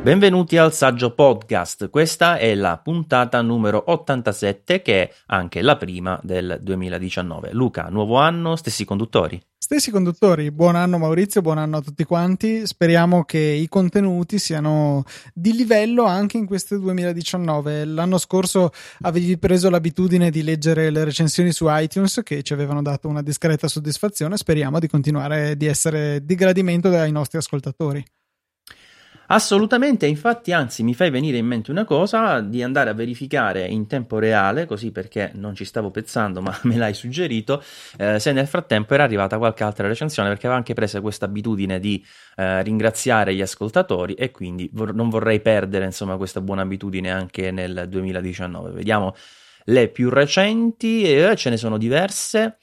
Benvenuti al Saggio Podcast, questa è la puntata numero 87 che è anche la prima del 2019. Luca, nuovo anno, stessi conduttori? Stessi conduttori, buon anno Maurizio, buon anno a tutti quanti, speriamo che i contenuti siano di livello anche in questo 2019. L'anno scorso avevi preso l'abitudine di leggere le recensioni su iTunes che ci avevano dato una discreta soddisfazione, speriamo di continuare di essere di gradimento dai nostri ascoltatori. Assolutamente, infatti, anzi mi fai venire in mente una cosa, di andare a verificare in tempo reale, così perché non ci stavo pensando ma me l'hai suggerito, se nel frattempo era arrivata qualche altra recensione, perché avevo anche preso questa abitudine di ringraziare gli ascoltatori e quindi non vorrei perdere insomma questa buona abitudine anche nel 2019. Vediamo le più recenti, ce ne sono diverse.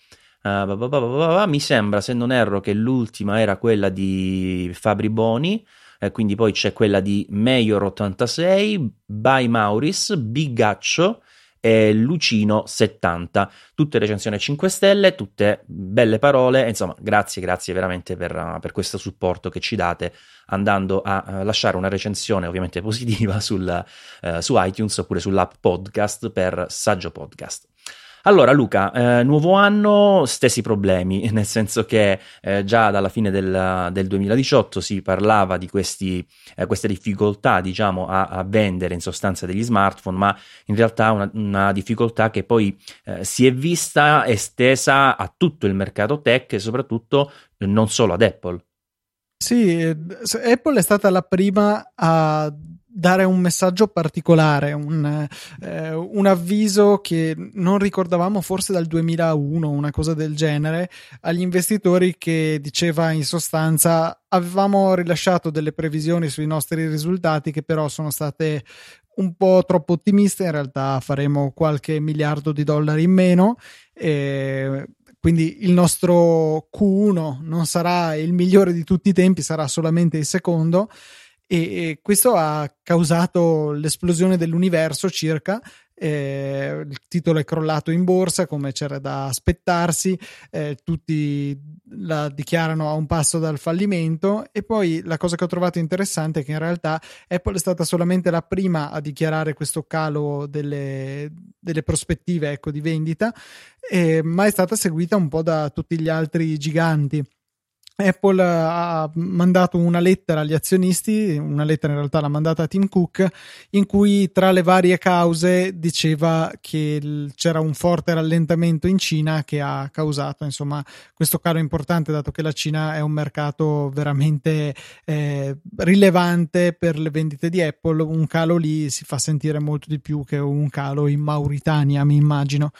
Mi sembra, se non erro, che l'ultima era quella di Fabri Boni. Quindi poi c'è quella di Mayor86, By Mauris, Bigaccio e Lucino70, tutte recensioni 5 stelle, tutte belle parole, insomma grazie veramente per questo supporto che ci date andando a lasciare una recensione ovviamente positiva su iTunes oppure sull'app podcast per Saggio Podcast. Allora Luca, nuovo anno, stessi problemi, nel senso che già dalla fine del 2018 si parlava di queste difficoltà, diciamo, a vendere in sostanza degli smartphone, ma in realtà una difficoltà che poi si è vista estesa a tutto il mercato tech e soprattutto non solo ad Apple. Sì, Apple è stata la prima a dare un messaggio particolare, un avviso che non ricordavamo forse dal 2001, una cosa del genere, agli investitori, che diceva in sostanza: avevamo rilasciato delle previsioni sui nostri risultati che però sono state un po' troppo ottimiste, in realtà faremo qualche miliardo di dollari in meno, quindi il nostro Q1 non sarà il migliore di tutti i tempi, sarà solamente il secondo, e questo ha causato l'esplosione dell'universo circa. Il titolo è crollato in borsa come c'era da aspettarsi, tutti la dichiarano a un passo dal fallimento. E poi la cosa che ho trovato interessante è che in realtà Apple è stata solamente la prima a dichiarare questo calo delle prospettive, ecco, di vendita, ma è stata seguita un po' da tutti gli altri giganti. Apple ha mandato una lettera agli azionisti, una lettera in realtà l'ha mandata a Tim Cook, in cui tra le varie cause diceva che c'era un forte rallentamento in Cina che ha causato insomma questo calo importante, dato che la Cina è un mercato veramente rilevante per le vendite di Apple. Un calo lì si fa sentire molto di più che un calo in Mauritania, mi immagino.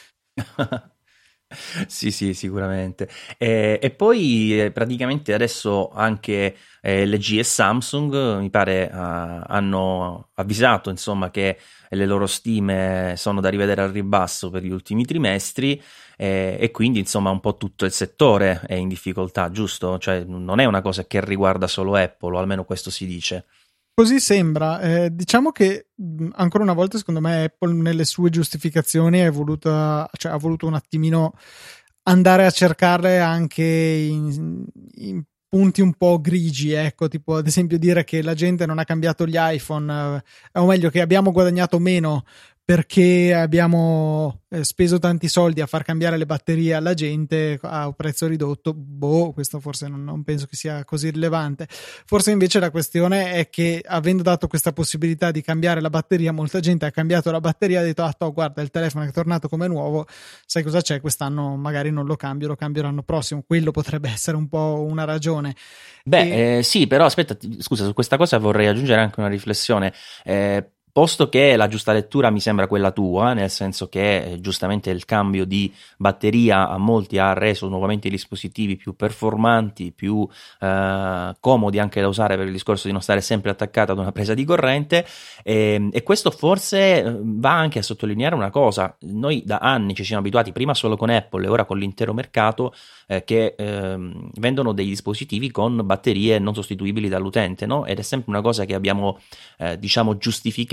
Sì, sicuramente. E poi praticamente adesso anche LG e Samsung mi pare hanno avvisato insomma che le loro stime sono da rivedere al ribasso per gli ultimi trimestri, e quindi insomma un po' tutto il settore è in difficoltà, giusto? Cioè non è una cosa che riguarda solo Apple, o almeno questo si dice. Così sembra. Diciamo che ancora una volta secondo me Apple nelle sue giustificazioni ha voluto un attimino andare a cercarle anche in punti un po' grigi, ecco, tipo ad esempio dire che la gente non ha cambiato gli iPhone, o meglio che abbiamo guadagnato meno perché abbiamo speso tanti soldi a far cambiare le batterie alla gente a un prezzo ridotto. Questo forse non penso che sia così rilevante. Forse invece la questione è che, avendo dato questa possibilità di cambiare la batteria, molta gente ha cambiato la batteria e ha detto: guarda, il telefono è tornato come nuovo, sai cosa c'è, quest'anno magari non lo cambio l'anno prossimo. Quello potrebbe essere un po' una ragione. Sì, però aspetta, scusa, su questa cosa vorrei aggiungere anche una riflessione. Posto che la giusta lettura mi sembra quella tua, nel senso che giustamente il cambio di batteria a molti ha reso nuovamente i dispositivi più performanti, più comodi anche da usare, per il discorso di non stare sempre attaccato ad una presa di corrente, e questo forse va anche a sottolineare una cosa: noi da anni ci siamo abituati, prima solo con Apple e ora con l'intero mercato, che vendono dei dispositivi con batterie non sostituibili dall'utente, no? Ed è sempre una cosa che abbiamo diciamo giustificato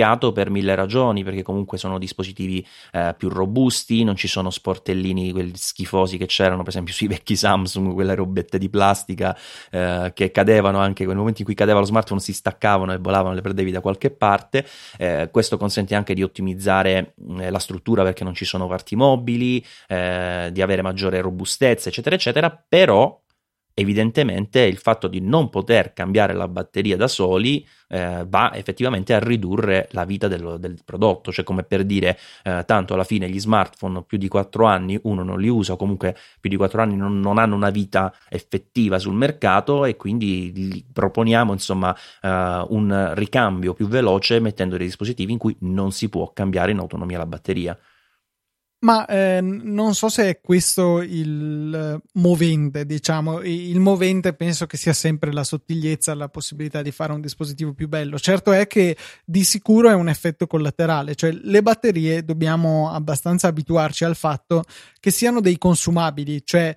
mercato per mille ragioni, perché comunque sono dispositivi più robusti, non ci sono sportellini quelli schifosi che c'erano per esempio sui vecchi Samsung, quelle robette di plastica che cadevano, anche nel momento in cui cadeva lo smartphone si staccavano e volavano, le perdevi da qualche parte. Questo consente anche di ottimizzare la struttura perché non ci sono parti mobili, di avere maggiore robustezza, eccetera eccetera. Però evidentemente il fatto di non poter cambiare la batteria da soli va effettivamente a ridurre la vita del prodotto, cioè come per dire tanto alla fine gli smartphone più di 4 anni uno non li usa, o comunque più di 4 anni non hanno una vita effettiva sul mercato, e quindi gli proponiamo insomma un ricambio più veloce mettendo dei dispositivi in cui non si può cambiare in autonomia la batteria. Ma non so se è questo il movente, diciamo. Il movente penso che sia sempre la sottigliezza, la possibilità di fare un dispositivo più bello. Certo è che di sicuro è un effetto collaterale, cioè le batterie dobbiamo abbastanza abituarci al fatto che siano dei consumabili, cioè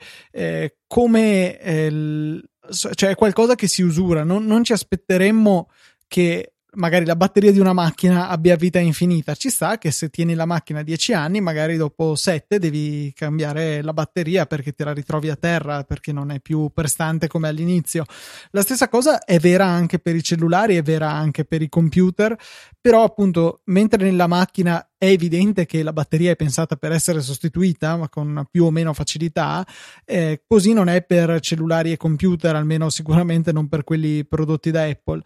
cioè è qualcosa che si usura, non ci aspetteremmo che magari la batteria di una macchina abbia vita infinita. Ci sta che se tieni la macchina 10 anni, magari dopo 7 devi cambiare la batteria perché te la ritrovi a terra, perché non è più prestante come all'inizio. La stessa cosa è vera anche per i cellulari, è vera anche per i computer, però appunto mentre nella macchina è evidente che la batteria è pensata per essere sostituita, ma con più o meno facilità, così non è per cellulari e computer, almeno sicuramente non per quelli prodotti da Apple.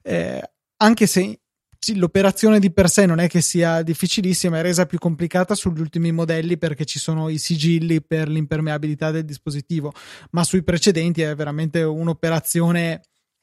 Anche se sì, l'operazione di per sé non è che sia difficilissima, è resa più complicata sugli ultimi modelli perché ci sono i sigilli per l'impermeabilità del dispositivo, ma sui precedenti è veramente un'operazione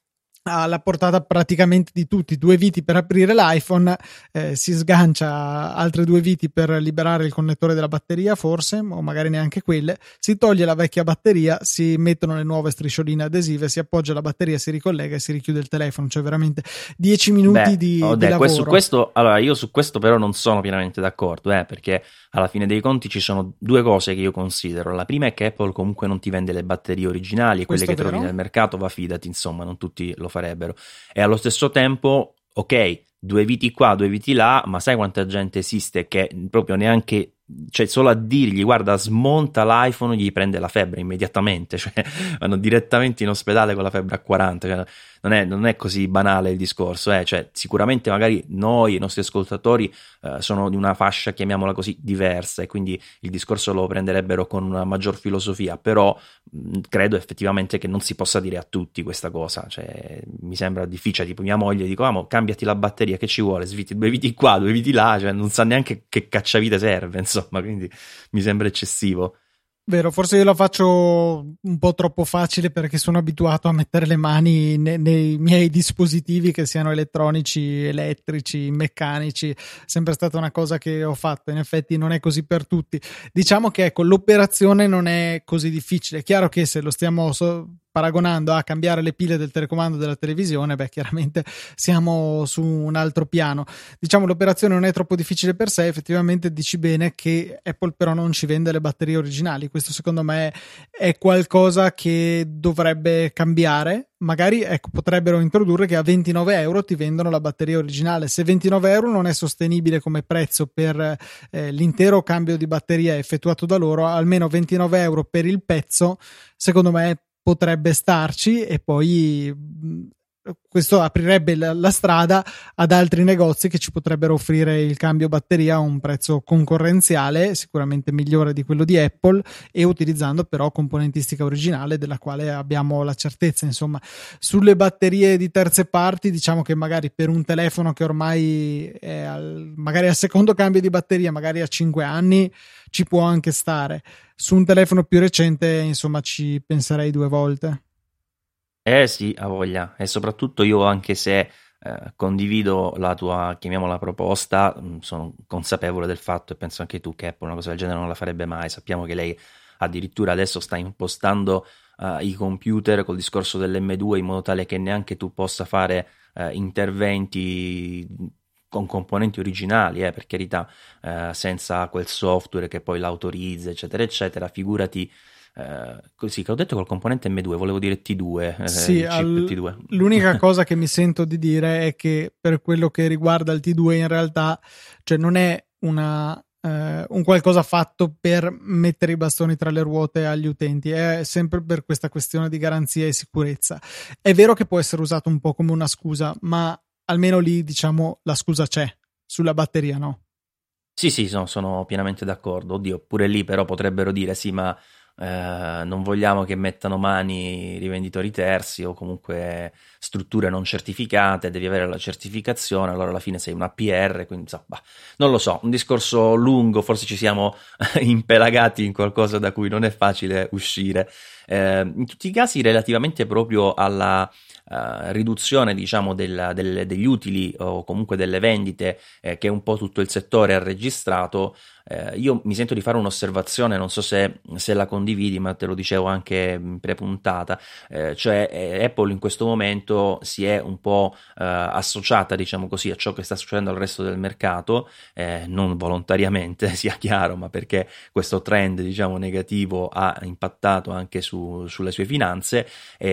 alla portata praticamente di tutti. 2 viti per aprire l'iPhone, si sgancia altre 2 viti per liberare il connettore della batteria, forse, o magari neanche quelle, si toglie la vecchia batteria, si mettono le nuove striscioline adesive, si appoggia la batteria, si ricollega e si richiude il telefono, cioè veramente 10 minuti di lavoro. Su questo, allora io su questo però non sono pienamente d'accordo, perché alla fine dei conti ci sono 2 cose che io considero. La prima è che Apple comunque non ti vende le batterie originali, e quelle Questo che è vero. trovi nel mercato, va, fidati, insomma, non tutti lo farebbero. E allo stesso tempo, ok, 2 viti qua, 2 viti là, ma sai quanta gente esiste che proprio neanche, cioè solo a dirgli guarda smonta l'iPhone gli prende la febbre immediatamente, cioè vanno direttamente in ospedale con la febbre a 40, cioè, non è così banale il discorso, cioè sicuramente magari noi, i nostri ascoltatori sono di una fascia, chiamiamola così, diversa, e quindi il discorso lo prenderebbero con una maggior filosofia, però credo effettivamente che non si possa dire a tutti questa cosa, cioè mi sembra difficile. Tipo mia moglie, dico cambiati la batteria, che ci vuole, sviti 2 viti qua, 2 viti là, cioè non sa neanche che cacciavite serve, insomma, quindi mi sembra eccessivo. Vero, forse io la faccio un po' troppo facile perché sono abituato a mettere le mani nei miei dispositivi, che siano elettronici, elettrici, meccanici. È sempre stata una cosa che ho fatto. In effetti non è così per tutti. Diciamo che ecco, l'operazione non è così difficile. È chiaro che se lo stiamo paragonando a cambiare le pile del telecomando della televisione, beh, chiaramente siamo su un altro piano. Diciamo, l'operazione non è troppo difficile per sé. Effettivamente dici bene che Apple però non ci vende le batterie originali. Questo secondo me è qualcosa che dovrebbe cambiare. Magari ecco, potrebbero introdurre che a 29 euro ti vendono la batteria originale. Se 29 euro non è sostenibile come prezzo per l'intero cambio di batteria effettuato da loro, almeno 29 euro per il pezzo secondo me potrebbe starci, e poi questo aprirebbe la strada ad altri negozi che ci potrebbero offrire il cambio batteria a un prezzo concorrenziale, sicuramente migliore di quello di Apple, e utilizzando però componentistica originale della quale abbiamo la certezza. Insomma, sulle batterie di terze parti, diciamo che magari per un telefono che ormai è magari al secondo cambio di batteria, magari a 5 anni, ci può anche stare. Su un telefono più recente, insomma, ci penserei 2 volte. Sì, ha voglia, e soprattutto io, anche se condivido la tua, chiamiamola, proposta, sono consapevole del fatto, e penso anche tu, che Apple una cosa del genere non la farebbe mai. Sappiamo che lei addirittura adesso sta impostando i computer col discorso dell'M2 in modo tale che neanche tu possa fare interventi con componenti originali, per carità, senza quel software che poi l'autorizza, eccetera, eccetera. Figurati così che ho detto col componente M2, volevo dire T2, Sì, il chip T2. l'unica cosa che mi sento di dire è che per quello che riguarda il T2 in realtà, cioè non è un qualcosa fatto per mettere i bastoni tra le ruote agli utenti, è sempre per questa questione di garanzia e sicurezza. È vero che può essere usato un po' come una scusa, ma almeno lì, diciamo, la scusa c'è, sulla batteria no. Sì, sì, sono pienamente d'accordo. Oddio, pure lì però potrebbero dire sì, ma non vogliamo che mettano mani rivenditori terzi o comunque strutture non certificate, devi avere la certificazione, allora alla fine sei un APR, quindi insomma, bah, non lo so, un discorso lungo, forse ci siamo impelagati in qualcosa da cui non è facile uscire. In tutti i casi, relativamente proprio alla riduzione, diciamo, degli utili o comunque delle vendite che un po' tutto il settore ha registrato, io mi sento di fare un'osservazione, non so se la condividi, ma te lo dicevo anche in pre-puntata, cioè Apple in questo momento si è un po' associata, diciamo così, a ciò che sta succedendo al resto del mercato, non volontariamente, sia chiaro, ma perché questo trend, diciamo, negativo ha impattato anche sulle sue finanze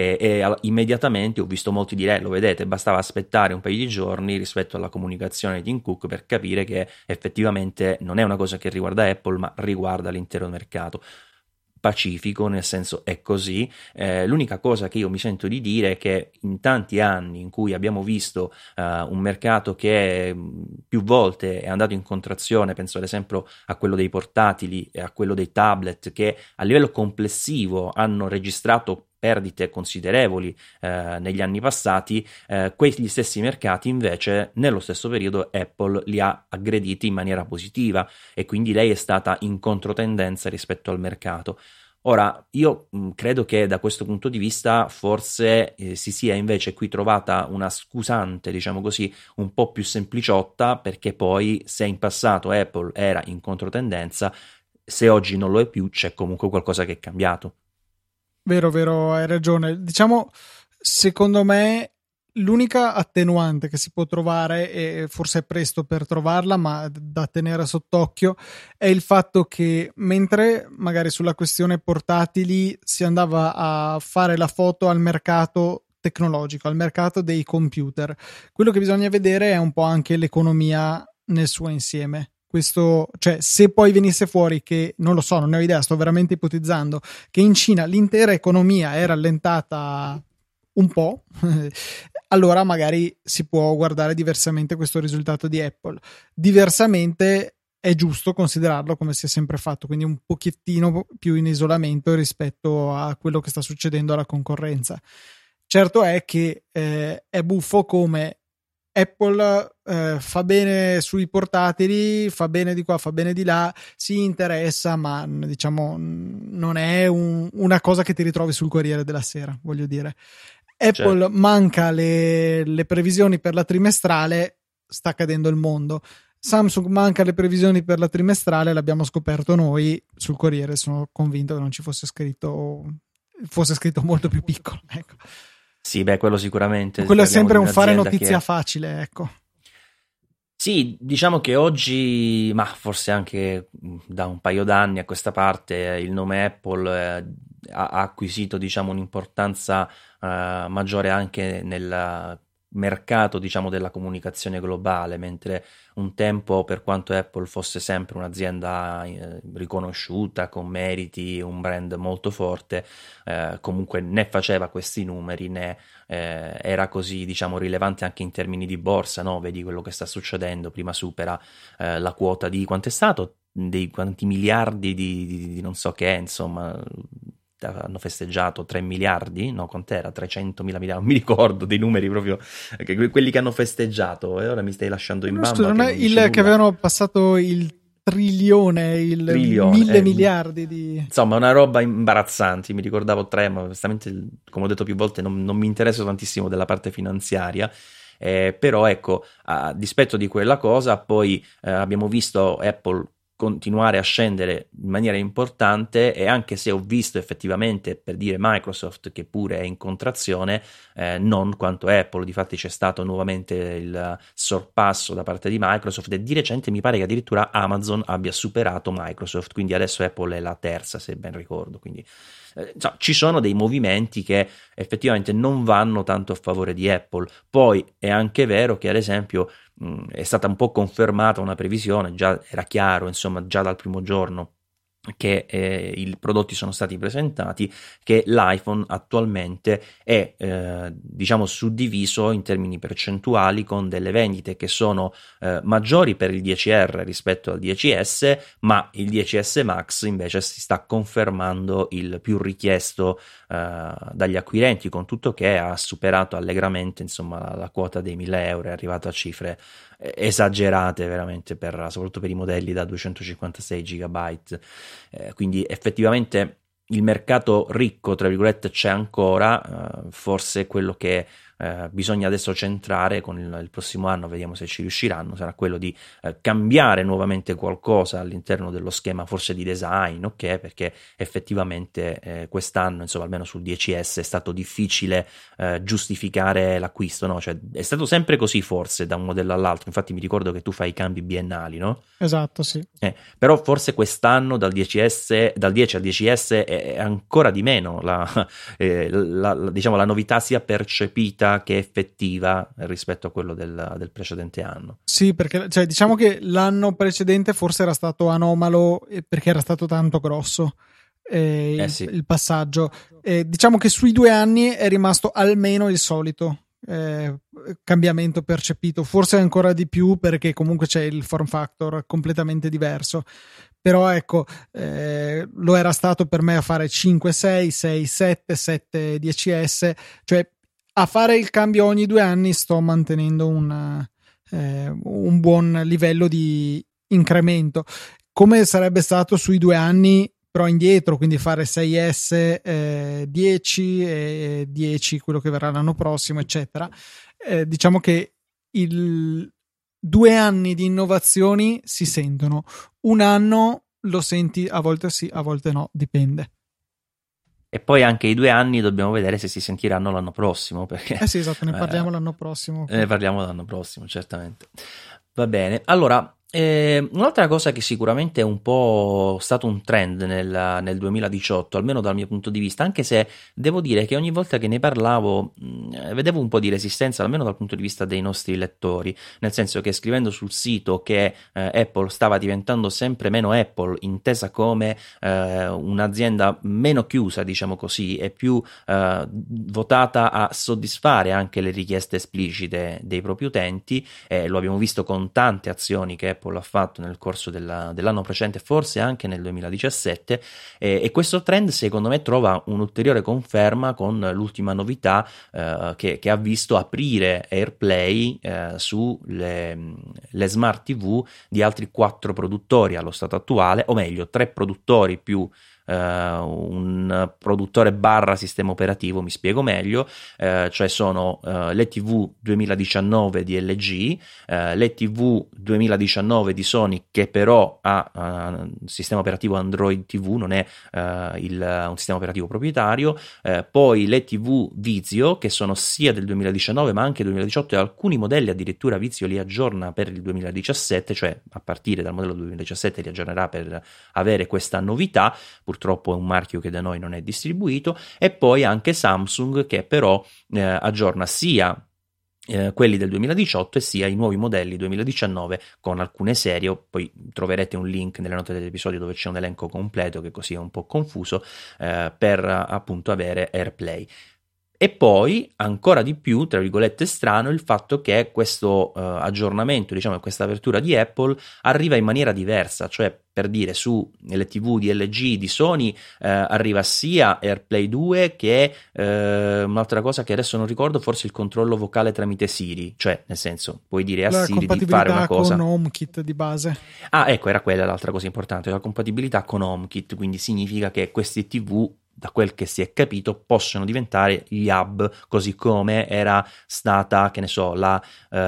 e immediatamente ho visto molti dire, lo vedete, bastava aspettare un paio di giorni rispetto alla comunicazione di Tim Cook per capire che effettivamente non è una cosa che riguarda Apple, ma riguarda l'intero mercato. Pacifico, nel senso è così. L'unica cosa che io mi sento di dire è che in tanti anni in cui abbiamo visto un mercato che più volte è andato in contrazione, penso ad esempio a quello dei portatili e a quello dei tablet, che a livello complessivo hanno registrato perdite considerevoli negli anni passati, quegli stessi mercati invece nello stesso periodo Apple li ha aggrediti in maniera positiva e quindi lei è stata in controtendenza rispetto al mercato. Ora, io credo che da questo punto di vista forse si sia invece qui trovata una scusante, diciamo così, un po' più sempliciotta, perché poi se in passato Apple era in controtendenza, se oggi non lo è più, c'è comunque qualcosa che è cambiato. Vero, vero, hai ragione. Diciamo, secondo me, l'unica attenuante che si può trovare, e forse è presto per trovarla, ma da tenere sott'occhio, è il fatto che mentre magari sulla questione portatili si andava a fare la foto al mercato tecnologico, al mercato dei computer, quello che bisogna vedere è un po' anche l'economia nel suo insieme. Questo, cioè, se poi venisse fuori che, non lo so, non ne ho idea, sto veramente ipotizzando, che in Cina l'intera economia è rallentata un po', allora magari si può guardare diversamente questo risultato di Apple. Diversamente è giusto considerarlo come si è sempre fatto, quindi un pochettino più in isolamento rispetto a quello che sta succedendo alla concorrenza. Certo è che è buffo come Apple fa bene sui portatili, fa bene di qua, fa bene di là, si interessa, ma diciamo non è una cosa che ti ritrovi sul Corriere della Sera, voglio dire. Apple Certo. manca le previsioni per la trimestrale, sta cadendo il mondo. Samsung manca le previsioni per la trimestrale, l'abbiamo scoperto noi sul Corriere, sono convinto che non ci fosse scritto molto più piccolo, ecco. Sì, beh, quello sicuramente. Quello è Parliamo sempre di un fare un'azienda notizia che... facile, ecco. Sì, diciamo che oggi, ma forse anche da un paio d'anni a questa parte, il nome Apple ha acquisito, diciamo, un'importanza maggiore anche nel mercato, diciamo, della comunicazione globale, mentre un tempo, per quanto Apple fosse sempre un'azienda riconosciuta, con meriti, un brand molto forte, comunque né faceva questi numeri né era così, diciamo, rilevante anche in termini di borsa, no? Vedi quello che sta succedendo, prima supera la quota di quanto è stato, dei quanti miliardi di non so che, insomma, hanno festeggiato 3 miliardi, no, quant'era? 300 mila miliardi, non mi ricordo dei numeri proprio, quelli che hanno festeggiato, e ora mi stai lasciando in Giusto, bamba non che è non dice che nulla. avevano passato il trilione, il Trilione, 1.000 miliardi di... insomma, una roba imbarazzante. Mi ricordavo tre, ma onestamente, come ho detto più volte, non mi interesso tantissimo della parte finanziaria. Però ecco, a dispetto di quella cosa, poi abbiamo visto Apple continuare a scendere in maniera importante, e anche se ho visto effettivamente, per dire, Microsoft che pure è in contrazione, non quanto Apple. Difatti c'è stato nuovamente il sorpasso da parte di Microsoft, e di recente mi pare che addirittura Amazon abbia superato Microsoft, quindi adesso Apple è la terza, se ben ricordo. Quindi ci sono dei movimenti che effettivamente non vanno tanto a favore di Apple. Poi è anche vero che, ad esempio, è stata un po' confermata una previsione, già era chiaro, insomma, già dal primo giorno che i prodotti sono stati presentati, che l'iPhone attualmente è diciamo suddiviso in termini percentuali, con delle vendite che sono maggiori per il 10R rispetto al 10S, ma il 10S Max invece si sta confermando il più richiesto dagli acquirenti, con tutto che ha superato allegramente, insomma, la quota dei 1.000 euro, è arrivato a cifre esagerate veramente, soprattutto per i modelli da 256 GB. Quindi effettivamente il mercato ricco, tra virgolette, c'è ancora. Forse quello che bisogna adesso centrare con il prossimo anno, vediamo se ci riusciranno, sarà quello di cambiare nuovamente qualcosa all'interno dello schema, forse di design, ok? Perché effettivamente quest'anno, insomma, almeno sul 10S è stato difficile giustificare l'acquisto, no? Cioè, è stato sempre così forse da un modello all'altro. Infatti mi ricordo che tu fai i cambi biennali, no? Esatto, sì. Però forse quest'anno dal 10 al 10S è ancora di meno diciamo, la novità sia percepita che effettiva rispetto a quello del precedente anno. Sì, perché cioè, diciamo che l'anno precedente forse era stato anomalo perché era stato tanto grosso sì. il passaggio. Diciamo che sui 2 anni è rimasto almeno il solito cambiamento percepito, forse ancora di più perché comunque c'è il form factor completamente diverso. Però ecco, lo era stato per me a fare 5, 6, 6, 7, 7, 10S, cioè a fare il cambio ogni 2 anni sto mantenendo un buon livello di incremento, come sarebbe stato sui 2 anni però indietro, quindi fare 6S, 10 e 10 quello che verrà l'anno prossimo, eccetera. Diciamo che 2 anni di innovazioni si sentono, 1 anno lo senti, a volte sì, a volte no, dipende. E poi anche i 2 anni dobbiamo vedere se si sentiranno l'anno prossimo, perché sì, esatto, ne parliamo l'anno prossimo. Ne parliamo l'anno prossimo, certamente. Va bene, allora un'altra cosa che sicuramente è un po' stato un trend nel 2018, almeno dal mio punto di vista, anche se devo dire che ogni volta che ne parlavo vedevo un po' di resistenza, almeno dal punto di vista dei nostri lettori, nel senso che scrivendo sul sito che Apple stava diventando sempre meno Apple, intesa come un'azienda meno chiusa, diciamo così, e più votata a soddisfare anche le richieste esplicite dei propri utenti, lo abbiamo visto con tante azioni che Apple ha fatto nel corso dell'anno precedente, forse anche nel 2017, e questo trend secondo me trova un'ulteriore conferma con l'ultima novità che ha visto aprire AirPlay sulle smart TV di altri 4 produttori allo stato attuale, o meglio 3 produttori più un produttore barra sistema operativo, mi spiego meglio, cioè sono le TV 2019 di LG, le TV 2019 di Sony, che però ha un sistema operativo Android TV, non è un sistema operativo proprietario, poi le TV Vizio, che sono sia del 2019 ma anche 2018, e alcuni modelli addirittura Vizio li aggiorna per il 2017, cioè a partire dal modello 2017 li aggiornerà per avere questa novità. Purtroppo è un marchio che da noi non è distribuito. E poi anche Samsung, che però aggiorna sia quelli del 2018 e sia i nuovi modelli 2019 con alcune serie. Poi troverete un link nelle note dell'episodio dove c'è un elenco completo, che così è un po' confuso, per appunto avere AirPlay. E poi ancora di più, tra virgolette, strano il fatto che questo aggiornamento, diciamo, questa apertura di Apple arriva in maniera diversa, cioè per dire su le TV di LG, di Sony, arriva sia AirPlay 2 che un'altra cosa che adesso non ricordo, forse il controllo vocale tramite Siri, cioè nel senso puoi dire a Siri di fare una cosa. Con HomeKit di base. Ah, ecco, era quella l'altra cosa importante, la compatibilità con HomeKit, quindi significa che queste TV da quel che si è capito possono diventare gli hub, così come era stata, che ne so, la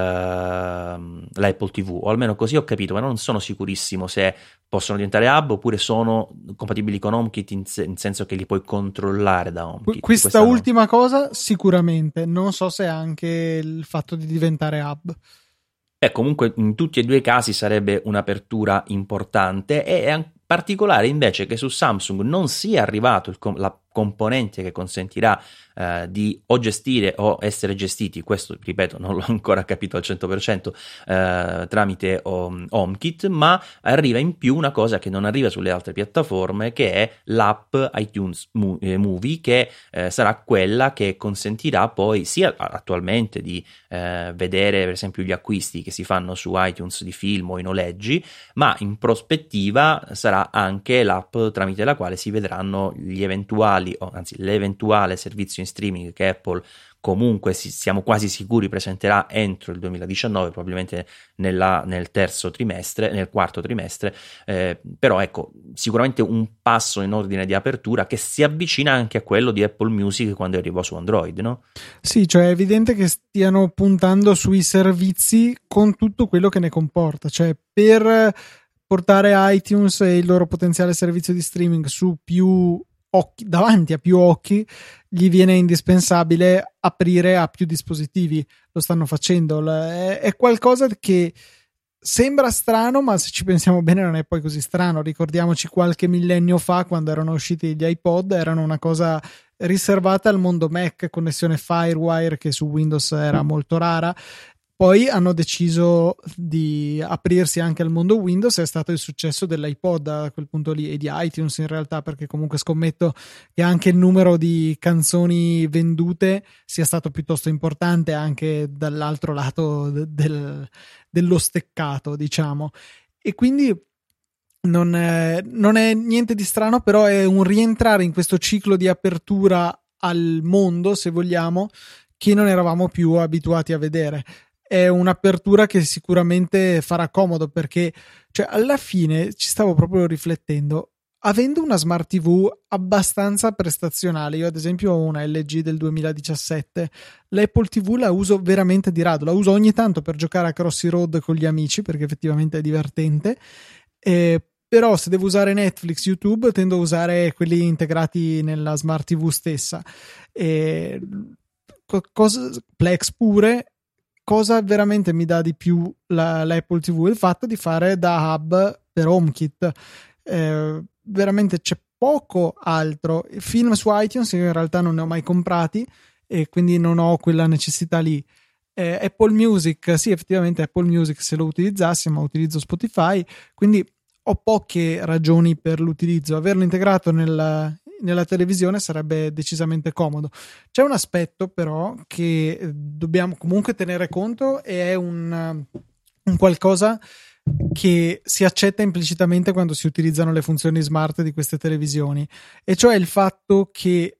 Apple TV, o almeno così ho capito, ma non sono sicurissimo se possono diventare hub oppure sono compatibili con HomeKit in senso che li puoi controllare da HomeKit. Questa ultima cosa sicuramente, non so se anche il fatto di diventare hub. Comunque in tutti e due i casi sarebbe un'apertura importante, e è particolare invece che su Samsung non sia arrivato la componente che consentirà di o gestire o essere gestiti, questo ripeto non l'ho ancora capito al 100%, tramite HomeKit, ma arriva in più una cosa che non arriva sulle altre piattaforme, che è l'app iTunes Movie, che sarà quella che consentirà poi sia attualmente di vedere per esempio gli acquisti che si fanno su iTunes di film o i noleggi, ma in prospettiva sarà anche l'app tramite la quale si vedranno gli eventuali, o anzi l'eventuale servizio in streaming che Apple comunque siamo quasi sicuri presenterà entro il 2019, probabilmente nel quarto trimestre, però ecco, sicuramente un passo in ordine di apertura che si avvicina anche a quello di Apple Music quando arrivò su Android, no? Sì, cioè è evidente che stiano puntando sui servizi con tutto quello che ne comporta, cioè per portare iTunes e il loro potenziale servizio di streaming su più occhi, davanti a più occhi, gli viene indispensabile aprire a più dispositivi. Lo stanno facendo, è qualcosa che sembra strano, ma se ci pensiamo bene non è poi così strano. Ricordiamoci qualche millennio fa, quando erano usciti gli iPod, erano una cosa riservata al mondo Mac, connessione Firewire che su Windows era molto rara. Poi hanno deciso di aprirsi anche al mondo Windows, è stato il successo dell'iPod a quel punto lì, e di iTunes in realtà, perché comunque scommetto che anche il numero di canzoni vendute sia stato piuttosto importante anche dall'altro lato dello steccato, diciamo. E quindi non è niente di strano, però è un rientrare in questo ciclo di apertura al mondo, se vogliamo, che non eravamo più abituati a vedere. È un'apertura che sicuramente farà comodo, perché cioè, alla fine ci stavo proprio riflettendo, avendo una smart TV abbastanza prestazionale, io ad esempio ho una LG del 2017, l'Apple TV la uso veramente di rado, la uso ogni tanto per giocare a Crossy Road con gli amici perché effettivamente è divertente, però se devo usare Netflix, YouTube, tendo a usare quelli integrati nella smart TV stessa. Plex pure. Cosa veramente mi dà di più l'Apple TV? Il fatto di fare da hub per HomeKit. Veramente c'è poco altro. Film su iTunes io in realtà non ne ho mai comprati e quindi non ho quella necessità lì. Apple Music, sì, effettivamente Apple Music se lo utilizzassi, ma utilizzo Spotify, quindi ho poche ragioni per l'utilizzo. Averlo integrato nella televisione sarebbe decisamente comodo. C'è un aspetto però che dobbiamo comunque tenere conto, e è un qualcosa che si accetta implicitamente quando si utilizzano le funzioni smart di queste televisioni, e cioè il fatto che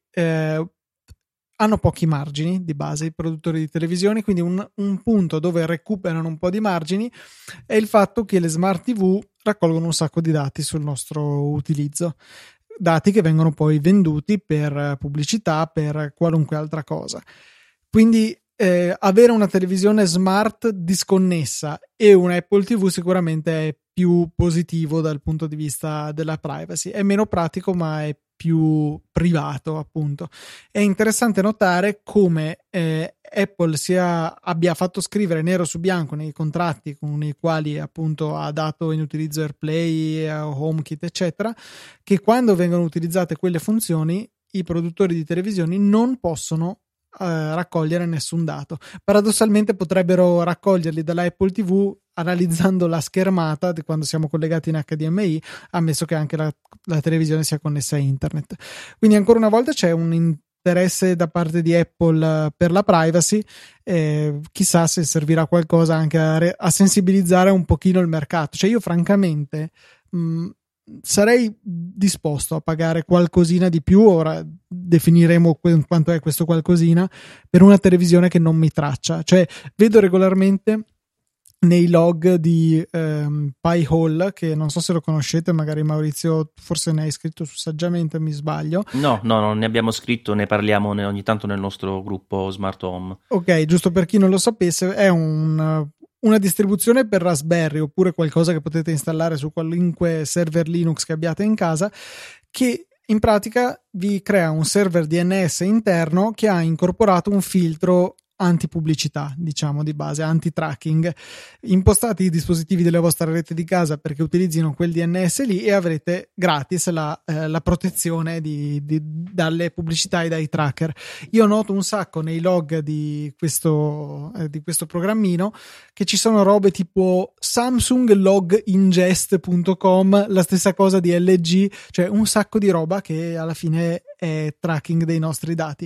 hanno pochi margini di base i produttori di televisioni, quindi un punto dove recuperano un po' di margini è il fatto che le smart TV raccolgono un sacco di dati sul nostro utilizzo, dati che vengono poi venduti per pubblicità, per qualunque altra cosa. Quindi avere una televisione smart disconnessa e una Apple TV sicuramente è più positivo dal punto di vista della privacy. È meno pratico, ma è più privato, appunto. È interessante notare come Apple abbia fatto scrivere nero su bianco nei contratti con i quali appunto ha dato in utilizzo AirPlay, HomeKit, eccetera, che quando vengono utilizzate quelle funzioni i produttori di televisioni non possono raccogliere nessun dato. Paradossalmente potrebbero raccoglierli dalla Apple TV analizzando la schermata di quando siamo collegati in HDMI, ammesso che anche la televisione sia connessa a internet. Quindi ancora una volta c'è un interesse da parte di Apple per la privacy, chissà se servirà qualcosa anche a sensibilizzare un pochino il mercato. Cioè io francamente sarei disposto a pagare qualcosina di più, ora definiremo quanto è questo qualcosina, per una televisione che non mi traccia. Cioè vedo regolarmente nei log di Pi-hole, che non so se lo conoscete, magari Maurizio forse ne hai scritto su Saggiamente, mi sbaglio. No, non ne abbiamo scritto, ne parliamo ogni tanto nel nostro gruppo Smart Home. Ok, giusto per chi non lo sapesse, è una distribuzione per Raspberry oppure qualcosa che potete installare su qualunque server Linux che abbiate in casa, che in pratica vi crea un server DNS interno che ha incorporato un filtro antipubblicità, diciamo di base, anti-tracking. Impostate i dispositivi della vostra rete di casa perché utilizzino quel DNS lì e avrete gratis la protezione dalle pubblicità e dai tracker. Io noto un sacco nei log di questo programmino che ci sono robe tipo samsunglogingest.com, la stessa cosa di LG, cioè un sacco di roba che alla fine è tracking dei nostri dati.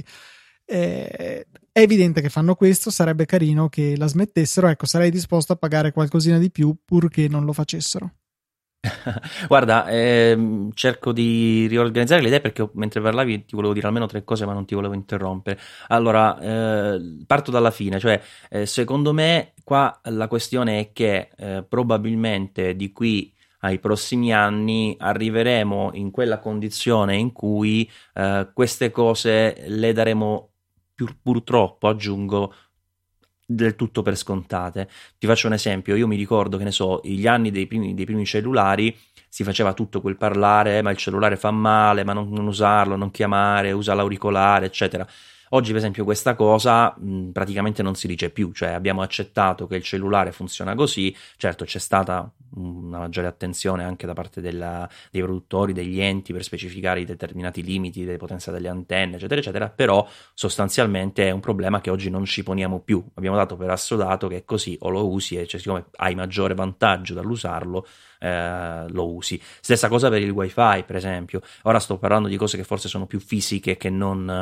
È evidente che fanno questo, sarebbe carino che la smettessero, ecco, sarei disposto a pagare qualcosina di più purché non lo facessero. Guarda, cerco di riorganizzare le idee perché mentre parlavi ti volevo dire almeno 3 cose ma non ti volevo interrompere. Allora, parto dalla fine, cioè secondo me qua la questione è che probabilmente di qui ai prossimi anni arriveremo in quella condizione in cui queste cose le daremo purtroppo, aggiungo, del tutto per scontate. Ti faccio un esempio: io mi ricordo, che ne so, gli anni dei primi cellulari, si faceva tutto quel parlare, ma il cellulare fa male, ma non usarlo, non chiamare, usa l'auricolare, eccetera. Oggi, per esempio, questa cosa praticamente non si dice più, cioè abbiamo accettato che il cellulare funziona così. Certo, c'è stata una maggiore attenzione anche da parte dei produttori, degli enti, per specificare i determinati limiti delle potenze delle antenne, eccetera, eccetera, però sostanzialmente è un problema che oggi non ci poniamo più. Abbiamo dato per assodato che è così, o lo usi e cioè, siccome hai maggiore vantaggio dall'usarlo, lo usi. Stessa cosa per il wifi, per esempio. Ora sto parlando di cose che forse sono più fisiche che non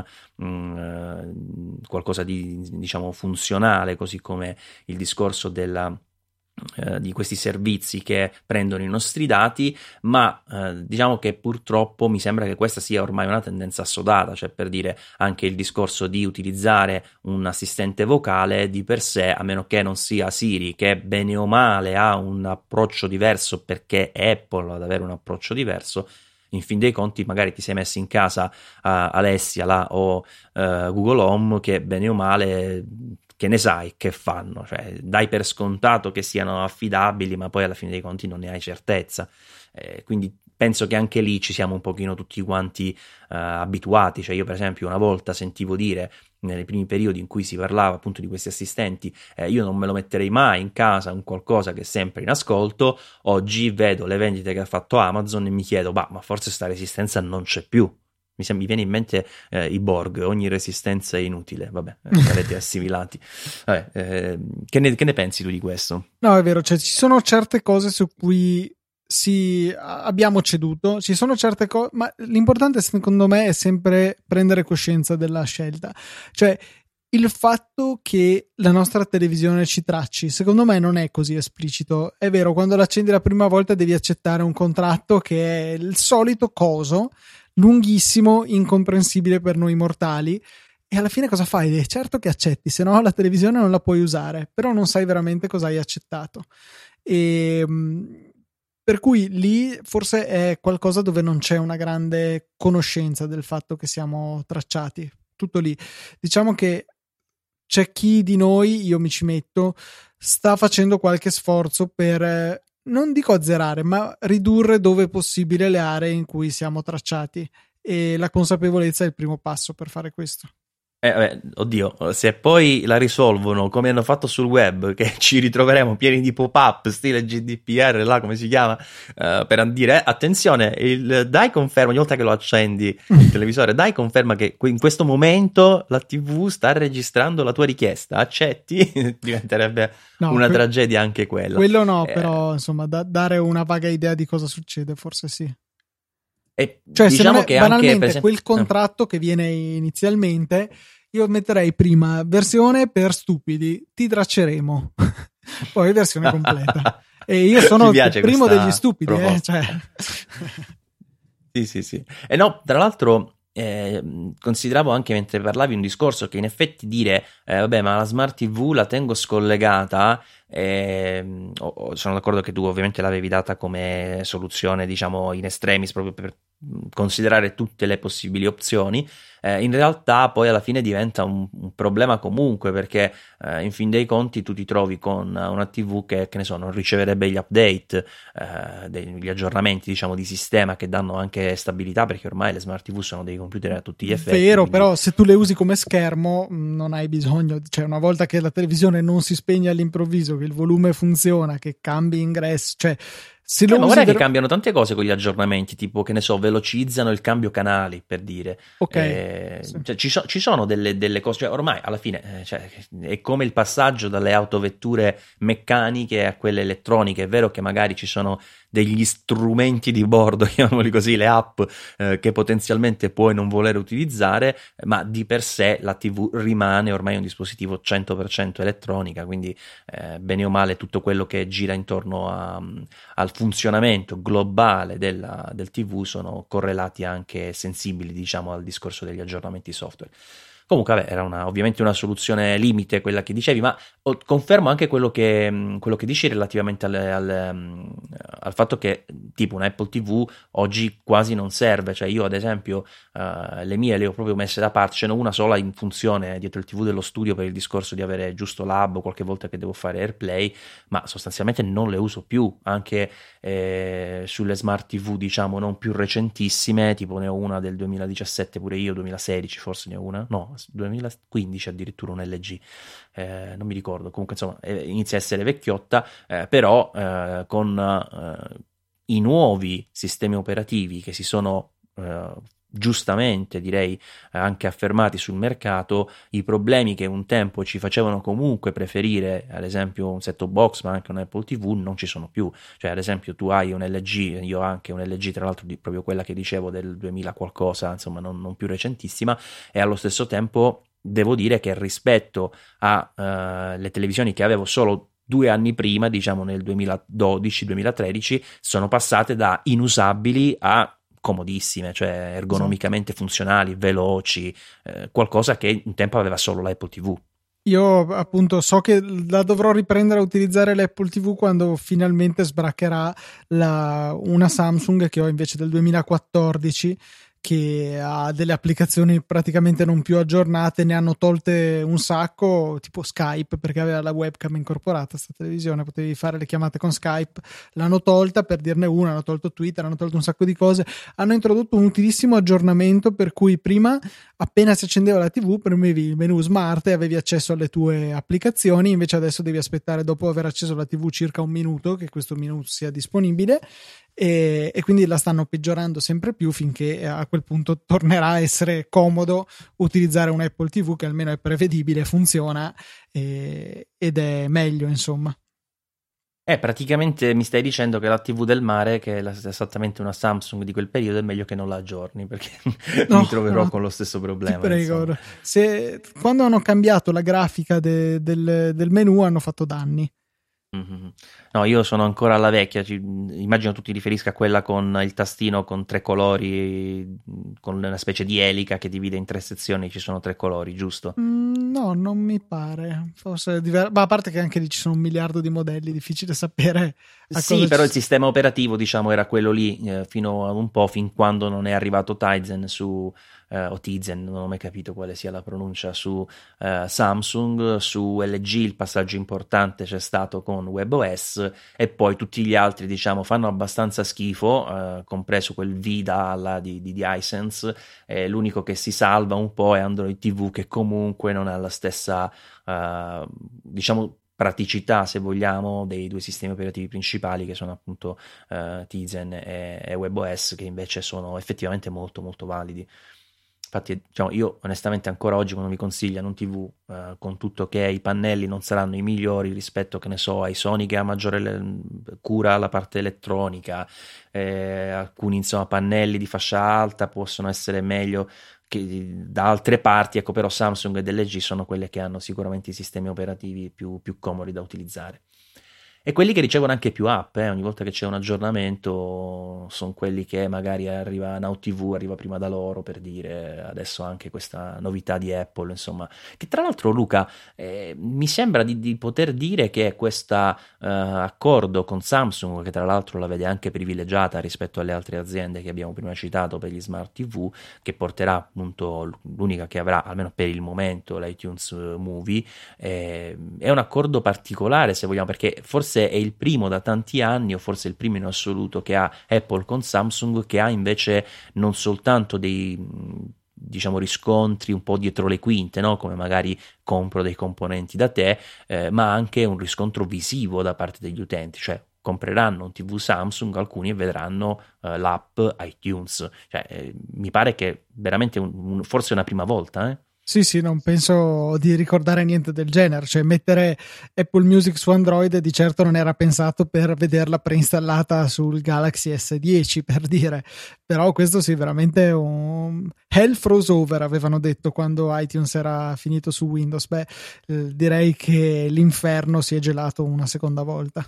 qualcosa di, diciamo, funzionale, così come il discorso di questi servizi che prendono i nostri dati, ma diciamo che purtroppo mi sembra che questa sia ormai una tendenza assodata, cioè, per dire, anche il discorso di utilizzare un assistente vocale di per sé, a meno che non sia Siri, che bene o male ha un approccio diverso perché è Apple ad avere un approccio diverso. In fin dei conti magari ti sei messo in casa Alessia là, o Google Home, che bene o male che ne sai che fanno, cioè dai per scontato che siano affidabili, ma poi alla fine dei conti non ne hai certezza, quindi penso che anche lì ci siamo un pochino tutti quanti abituati. Cioè io per esempio una volta sentivo dire, nei primi periodi in cui si parlava appunto di questi assistenti, io non me lo metterei mai in casa, un qualcosa che è sempre in ascolto. Oggi vedo le vendite che ha fatto Amazon e mi chiedo, ma forse sta resistenza non c'è più. Mi viene in mente i Borg, ogni resistenza è inutile, vabbè, sarete assimilati. Vabbè, che ne pensi tu di questo? No, è vero, cioè ci sono certe cose su cui abbiamo ceduto, ci sono certe cose, ma l'importante secondo me è sempre prendere coscienza della scelta. Cioè il fatto che la nostra televisione ci tracci, secondo me non è così esplicito. È vero, quando l'accendi la prima volta devi accettare un contratto che è il solito coso, lunghissimo, incomprensibile per noi mortali, e alla fine cosa fai? Certo che accetti, se no la televisione non la puoi usare, però non sai veramente cosa hai accettato. Per cui lì forse è qualcosa dove non c'è una grande conoscenza del fatto che siamo tracciati, tutto lì. Diciamo che c'è chi di noi, io mi ci metto, sta facendo qualche sforzo per, non dico azzerare, ma ridurre dove possibile le aree in cui siamo tracciati, e la consapevolezza è il primo passo per fare questo. Oddio, se poi la risolvono come hanno fatto sul web, che ci ritroveremo pieni di pop-up stile GDPR, là come si chiama, per dire attenzione, dai conferma, ogni volta che lo accendi il televisore, dai conferma che in questo momento la TV sta registrando la tua richiesta, accetti? Diventerebbe una tragedia anche quella. Quello no, però insomma dare una vaga idea di cosa succede forse sì. Cioè, diciamo che banalmente anche, per esempio, quel contratto che viene inizialmente, io metterei prima versione per stupidi, ti tracceremo, poi versione completa. E io sono il primo degli stupidi, cioè. Sì. E no, tra l'altro consideravo anche mentre parlavi un discorso che in effetti dire vabbè, ma la smart TV la tengo scollegata, Sono d'accordo che tu ovviamente l'avevi data come soluzione, diciamo, in extremis, proprio per considerare tutte le possibili opzioni. In realtà poi alla fine diventa un problema comunque, perché in fin dei conti tu ti trovi con una TV che ne so, non riceverebbe gli update, gli aggiornamenti, diciamo, di sistema che danno anche stabilità, perché ormai le smart TV sono dei computer a tutti gli effetti. Vero, quindi... però se tu le usi come schermo non hai bisogno, cioè una volta che la televisione non si spegne all'improvviso, che il volume funziona, che cambi ingresso, cioè se lo Ma usi guarda che cambiano tante cose con gli aggiornamenti, tipo che ne so, velocizzano il cambio canali, per dire. ok, sì. Cioè, ci sono delle cose, cioè, ormai alla fine cioè, è come il passaggio dalle autovetture meccaniche a quelle elettroniche. È vero che magari ci sono degli strumenti di bordo, chiamiamoli così, le app che potenzialmente puoi non voler utilizzare, ma di per sé la TV rimane ormai un dispositivo 100% elettronica, quindi bene o male tutto quello che gira intorno al funzionamento globale del TV sono correlati anche sensibili, diciamo, al discorso degli aggiornamenti software. Comunque, vabbè, era ovviamente una soluzione limite quella che dicevi, ma confermo anche quello che dici relativamente al fatto che tipo un Apple TV oggi quasi non serve. Cioè io ad esempio le mie le ho proprio messe da parte, ce n'è una sola in funzione dietro il TV dello studio per il discorso di avere giusto l'hub qualche volta che devo fare AirPlay, ma sostanzialmente non le uso più. Anche sulle smart TV, diciamo, non più recentissime, tipo ne ho una del 2017 pure io, 2016 forse ne ho una, no, 2015 addirittura un LG, non mi ricordo, comunque insomma inizia a essere vecchiotta, però con i nuovi sistemi operativi che si sono giustamente, direi, anche affermati sul mercato, i problemi che un tempo ci facevano comunque preferire ad esempio un set-top box ma anche un Apple TV non ci sono più. Cioè ad esempio tu hai un LG, io ho anche un LG, tra l'altro proprio quella che dicevo del 2000 qualcosa, insomma non più recentissima, e allo stesso tempo devo dire che rispetto a le televisioni che avevo solo 2 anni prima, diciamo nel 2012-2013, sono passate da inusabili a comodissime, cioè Esatto. ergonomicamente funzionali, veloci, qualcosa che un tempo aveva solo l'Apple TV. Io appunto so che la dovrò riprendere a utilizzare l'Apple TV quando finalmente sbraccherà una Samsung che ho invece del 2014, che ha delle applicazioni praticamente non più aggiornate, ne hanno tolte un sacco, tipo Skype, perché aveva la webcam incorporata sta televisione, potevi fare le chiamate con Skype, l'hanno tolta, per dirne una, hanno tolto Twitter, hanno tolto un sacco di cose, hanno introdotto un utilissimo aggiornamento per cui prima appena si accendeva la TV premevi il menu smart e avevi accesso alle tue applicazioni, invece adesso devi aspettare dopo aver acceso la TV circa un minuto che questo menu sia disponibile, e quindi la stanno peggiorando sempre più finché a quel punto tornerà a essere comodo utilizzare un Apple TV che almeno è prevedibile, funziona ed è meglio, insomma. Praticamente mi stai dicendo che la TV del mare, che è esattamente una Samsung di quel periodo, è meglio che non la aggiorni, perché No, mi troverò no, con lo stesso ti problema, insomma. prego. Quando hanno cambiato la grafica del menu hanno fatto danni. Mhm. No, io sono ancora alla vecchia, immagino tu ti riferisca a quella con il tastino con 3 colori, con una specie di elica che divide in 3 sezioni, ci sono 3 colori, giusto? No, non mi pare. Forse ma a parte che anche lì ci sono un miliardo di modelli, difficile sapere a Sì, cosa però il ci... sistema operativo, diciamo, era quello lì fino a un po', fin quando non è arrivato Tizen o Tizen, non ho mai capito quale sia la pronuncia, su Samsung. Su LG il passaggio importante c'è stato con WebOS, e poi tutti gli altri, diciamo, fanno abbastanza schifo, compreso quel VIDA di iSense. L'unico che si salva un po' è Android TV, che comunque non ha la stessa, diciamo, praticità, se vogliamo, dei due sistemi operativi principali, che sono appunto Tizen e WebOS, che invece sono effettivamente molto molto validi. Infatti, diciamo, io onestamente ancora oggi quando mi consigliano un TV, con tutto che i pannelli non saranno i migliori rispetto, che ne so, ai Sony che ha maggiore cura alla parte elettronica, alcuni insomma pannelli di fascia alta possono essere meglio che da altre parti, ecco, però Samsung ed LG sono quelle che hanno sicuramente i sistemi operativi più comodi da utilizzare. E quelli che ricevono anche più app, ogni volta che c'è un aggiornamento, sono quelli che magari arriva Now TV, arriva prima da loro, per dire, adesso anche questa novità di Apple, insomma, che tra l'altro, Luca, mi sembra di poter dire che questo accordo con Samsung, che tra l'altro la vede anche privilegiata rispetto alle altre aziende che abbiamo prima citato per gli smart TV, che porterà appunto, l'unica che avrà, almeno per il momento, l'iTunes Movie, è un accordo particolare, se vogliamo, perché forse è il primo da tanti anni, o forse il primo in assoluto, che ha Apple con Samsung, che ha invece non soltanto dei, diciamo, riscontri un po' dietro le quinte, no? Come magari compro dei componenti da te, ma anche un riscontro visivo da parte degli utenti, cioè compreranno un TV Samsung alcuni e vedranno l'app iTunes, cioè, mi pare che veramente forse una prima volta, Sì, sì, non penso di ricordare niente del genere, cioè mettere Apple Music su Android di certo non era pensato per vederla preinstallata sul Galaxy S10, per dire, però questo sì, veramente un hell froze over, avevano detto quando iTunes era finito su Windows. Beh, direi che l'inferno si è gelato una seconda volta.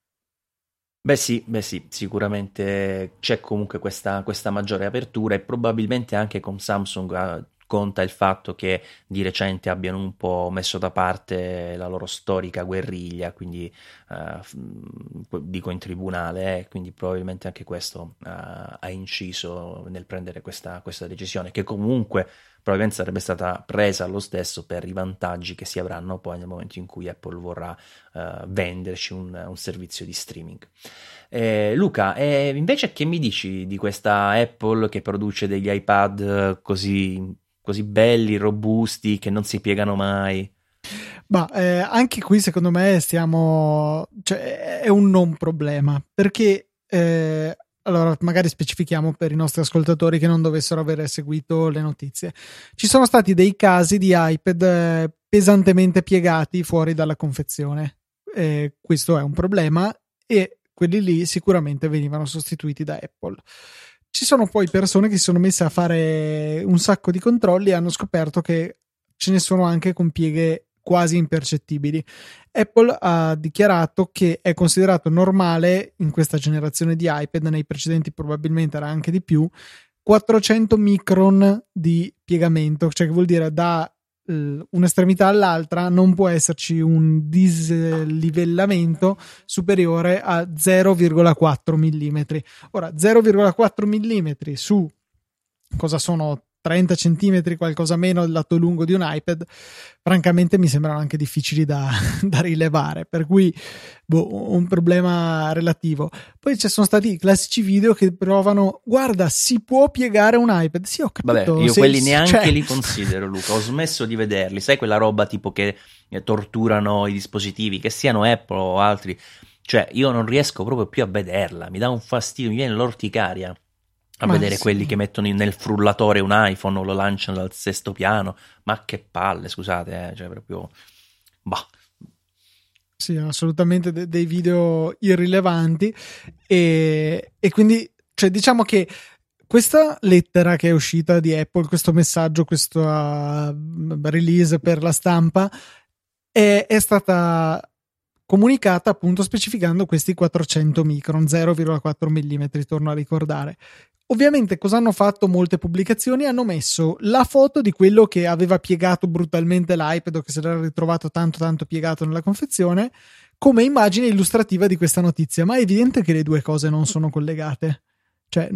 Beh sì, sicuramente c'è comunque questa maggiore apertura, e probabilmente anche con Samsung conta il fatto che di recente abbiano un po' messo da parte la loro storica guerriglia, quindi dico in tribunale, quindi probabilmente anche questo ha inciso nel prendere questa decisione, che comunque probabilmente sarebbe stata presa lo stesso per i vantaggi che si avranno poi nel momento in cui Apple vorrà venderci un servizio di streaming. Luca, invece che mi dici di questa Apple che produce degli iPad così belli, robusti, che non si piegano mai? Ma anche qui secondo me cioè, è un non problema, perché allora magari specifichiamo per i nostri ascoltatori che non dovessero aver seguito le notizie. Ci sono stati dei casi di iPad pesantemente piegati fuori dalla confezione. Questo è un problema, e quelli lì sicuramente venivano sostituiti da Apple. Ci sono poi persone che si sono messe a fare un sacco di controlli e hanno scoperto che ce ne sono anche con pieghe quasi impercettibili. Apple ha dichiarato che è considerato normale in questa generazione di iPad, nei precedenti probabilmente era anche di più, 400 micron di piegamento, cioè che vuol dire da un'estremità all'altra non può esserci un dislivellamento superiore a 0,4 mm. Ora 0,4 mm su cosa sono 30 centimetri, qualcosa meno del lato lungo di un iPad, francamente mi sembrano anche difficili da rilevare, per cui un problema relativo. Poi ci sono stati i classici video che provano, guarda, si può piegare un iPad. Sì, ho capito. Vabbè, io quelli neanche li considero, Luca, ho smesso di vederli, sai quella roba tipo che torturano i dispositivi, che siano Apple o altri, cioè io non riesco proprio più a vederla, mi dà un fastidio, mi viene l'orticaria a vedere quelli che mettono nel frullatore un iPhone o lo lanciano dal sesto piano, ma che palle, scusate, cioè proprio bah. Sì, assolutamente dei video irrilevanti, e quindi, cioè, diciamo che questa lettera che è uscita di Apple, questo messaggio, questa release per la stampa è stata comunicata appunto specificando questi 400 micron, 0,4 mm, torno a ricordare. Ovviamente cosa hanno fatto molte pubblicazioni? Hanno messo la foto di quello che aveva piegato brutalmente l'iPad, o che se l'era ritrovato tanto piegato nella confezione, come immagine illustrativa di questa notizia, ma è evidente che le due cose non sono collegate. Cioè,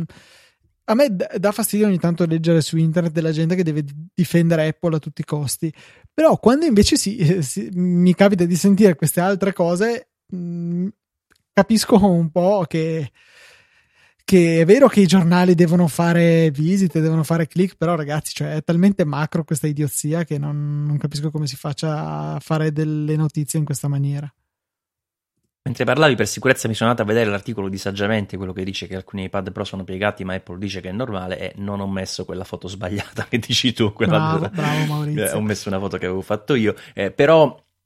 a me dà fastidio ogni tanto leggere su internet della gente che deve difendere Apple a tutti i costi, però quando invece mi capita di sentire queste altre cose, capisco un po' che è vero che i giornali devono fare visite, devono fare click, però ragazzi, cioè, è talmente macro questa idiozia che non capisco come si faccia a fare delle notizie in questa maniera. Mentre parlavi, per sicurezza mi sono andato a vedere l'articolo di Saggiamente, quello che dice che alcuni iPad Pro sono piegati ma Apple dice che è normale, e non ho messo quella foto sbagliata che dici tu, Bravo Maurizio. ho messo una foto che avevo fatto io, però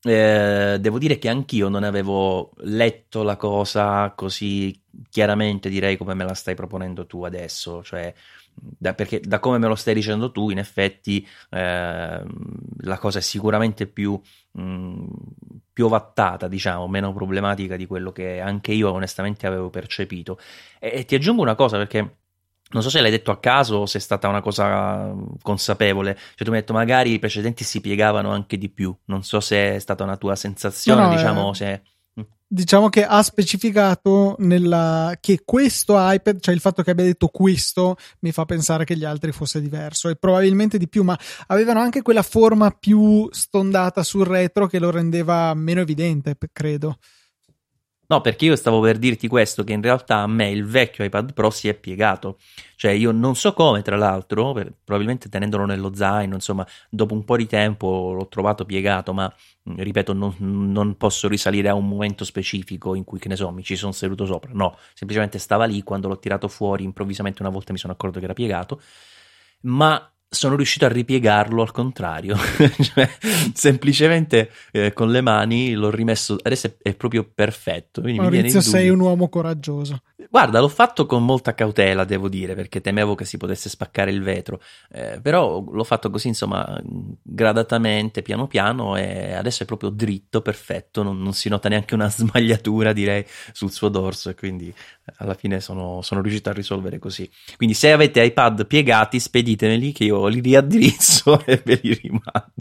Devo dire che anch'io non avevo letto la cosa così chiaramente, direi, come me la stai proponendo tu adesso, cioè perché da come me lo stai dicendo tu, in effetti la cosa è sicuramente mh, più ovattata, diciamo, meno problematica di quello che anche io onestamente avevo percepito. E ti aggiungo una cosa, perché non so se l'hai detto a caso o se è stata una cosa consapevole. Cioè, tu mi hai detto magari i precedenti si piegavano anche di più. Non so se è stata una tua No, sensazione, no, diciamo, se... diciamo che ha specificato che questo iPad, cioè il fatto che abbia detto questo, mi fa pensare che gli altri fosse diverso e probabilmente di più, ma avevano anche quella forma più stondata sul retro che lo rendeva meno evidente, credo. No, perché io stavo per dirti questo, che in realtà a me il vecchio iPad Pro si è piegato. Cioè io non so come, tra l'altro, probabilmente tenendolo nello zaino, insomma, dopo un po' di tempo l'ho trovato piegato, ma ripeto, non posso risalire a un momento specifico in cui, che ne so, mi ci sono seduto sopra. No, semplicemente stava lì, quando l'ho tirato fuori, improvvisamente una volta mi sono accorto che era piegato, ma sono riuscito a ripiegarlo al contrario, cioè, semplicemente con le mani l'ho rimesso, adesso è proprio perfetto, quindi mi viene Maurizio, il sei dubbio. un uomo coraggioso. Guarda, l'ho fatto con molta cautela, devo dire, perché temevo che si potesse spaccare il vetro, però l'ho fatto così, insomma, gradatamente, piano piano, e adesso è proprio dritto, perfetto, non si nota neanche una smagliatura, direi, sul suo dorso, e quindi alla fine sono riuscito a risolvere così. Quindi se avete iPad piegati, speditemeli che io li riaddrizzo e ve li rimando.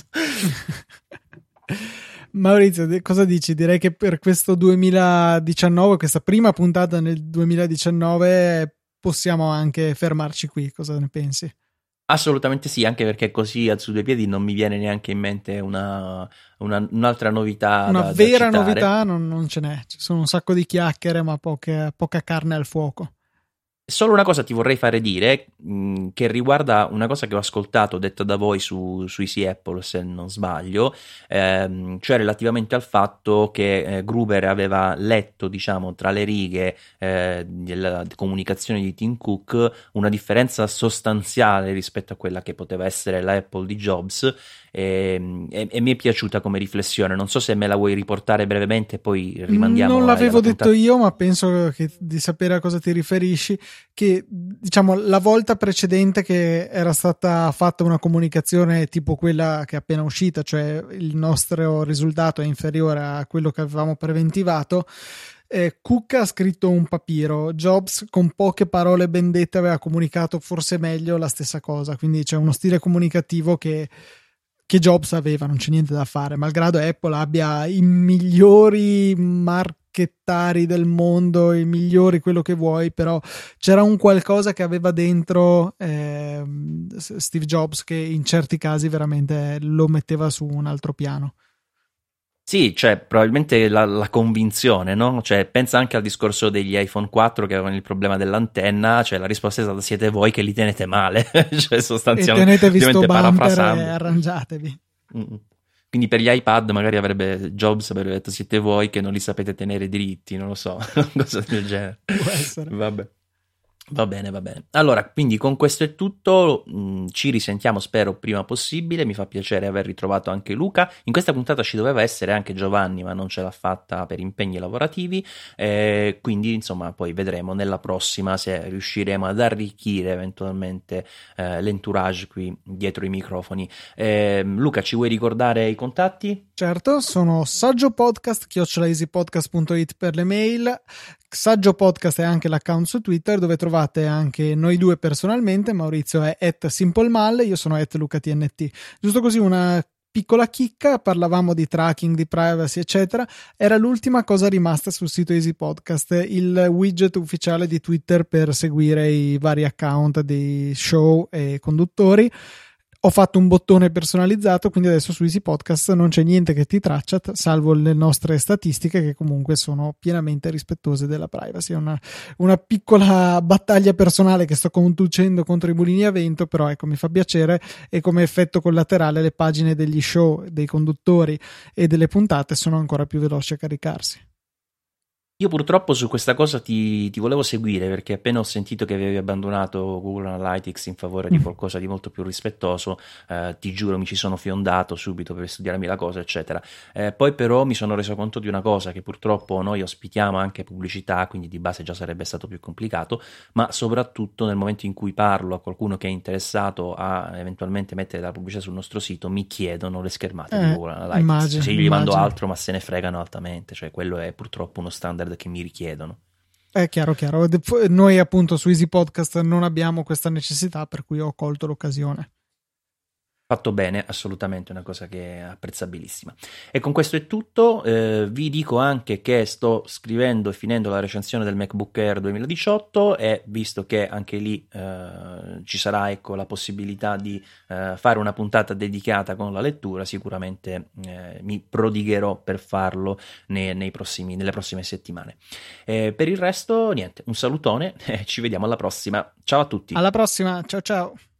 Maurizio, cosa dici? Direi che per questo 2019, questa prima puntata nel 2019, possiamo anche fermarci qui. Cosa ne pensi? Assolutamente sì, anche perché così su due piedi non mi viene neanche in mente un'altra novità Una da vera citare. novità non ce n'è. Ci sono un sacco di chiacchiere, ma poca carne al fuoco. Solo una cosa ti vorrei fare dire, che riguarda una cosa che ho ascoltato detta da voi su Easy Apple, se non sbaglio, cioè relativamente al fatto che Gruber aveva letto, diciamo, tra le righe della comunicazione di Tim Cook una differenza sostanziale rispetto a quella che poteva essere la Apple di Jobs, e mi è piaciuta come riflessione. Non so se me la vuoi riportare brevemente, poi rimandiamo Non magari l'avevo alla detto puntata. io, ma penso di sapere a cosa ti riferisci. Che diciamo la volta precedente che era stata fatta una comunicazione tipo quella che è appena uscita, cioè il nostro risultato è inferiore a quello che avevamo preventivato. Cook ha scritto un papiro, Jobs con poche parole ben dette aveva comunicato forse meglio la stessa cosa, quindi c'è uno stile comunicativo che Jobs aveva, non c'è niente da fare, malgrado Apple abbia i migliori marchettari del mondo, i migliori quello che vuoi, però c'era un qualcosa che aveva dentro Steve Jobs che in certi casi veramente lo metteva su un altro piano. Sì, cioè probabilmente la convinzione, no? Cioè pensa anche al discorso degli iPhone 4 che avevano il problema dell'antenna, cioè la risposta è stata siete voi che li tenete male, cioè E tenetevi sto sostanzialmente bumper e parafrasando. arrangiatevi. Mm. Quindi per gli iPad magari Jobs avrebbe detto siete voi che non li sapete tenere dritti, non lo so, cosa del genere. Può essere. Vabbè. Va bene, va bene. Allora, quindi con questo è tutto. Ci risentiamo, spero, prima possibile. Mi fa piacere aver ritrovato anche Luca. In questa puntata ci doveva essere anche Giovanni, ma non ce l'ha fatta per impegni lavorativi. Quindi, insomma, poi vedremo nella prossima se riusciremo ad arricchire eventualmente l'entourage qui dietro i microfoni. Luca, ci vuoi ricordare i contatti? Certo, sono saggiopodcast@easypodcast.it per le mail. Saggio Podcast è anche l'account su Twitter dove trovate anche noi due personalmente. Maurizio è @simplemal, io sono @lucatnt. Giusto così una piccola chicca, parlavamo di tracking, di privacy, eccetera. Era l'ultima cosa rimasta sul sito Easy Podcast, il widget ufficiale di Twitter per seguire i vari account dei show e conduttori. Ho fatto un bottone personalizzato, quindi adesso su Easy Podcast non c'è niente che ti traccia, salvo le nostre statistiche che comunque sono pienamente rispettose della privacy. È una piccola battaglia personale che sto conducendo contro i mulini a vento, però ecco, mi fa piacere, e come effetto collaterale le pagine degli show, dei conduttori e delle puntate sono ancora più veloci a caricarsi. Io purtroppo su questa cosa ti volevo seguire, perché appena ho sentito che avevi abbandonato Google Analytics in favore di qualcosa di molto più rispettoso, ti giuro mi ci sono fiondato subito per studiarmi la cosa, eccetera. Poi però mi sono reso conto di una cosa, che purtroppo noi ospitiamo anche pubblicità, quindi di base già sarebbe stato più complicato, ma soprattutto nel momento in cui parlo a qualcuno che è interessato a eventualmente mettere la pubblicità sul nostro sito, mi chiedono le schermate di Google Analytics. Se io gli mando Immagino. altro, ma se ne fregano altamente, cioè quello è purtroppo uno standard che mi richiedono. È chiaro, chiaro. Noi appunto su Easy Podcast non abbiamo questa necessità, per cui ho colto l'occasione. Fatto bene, assolutamente una cosa che è apprezzabilissima. E con questo è tutto. Vi dico anche che sto scrivendo e finendo la recensione del MacBook Air 2018, e visto che anche lì ci sarà, ecco, la possibilità di fare una puntata dedicata con la lettura, sicuramente mi prodigherò per farlo nelle prossime settimane. Per il resto, niente, un salutone e ci vediamo alla prossima. Ciao a tutti. Alla prossima, ciao ciao.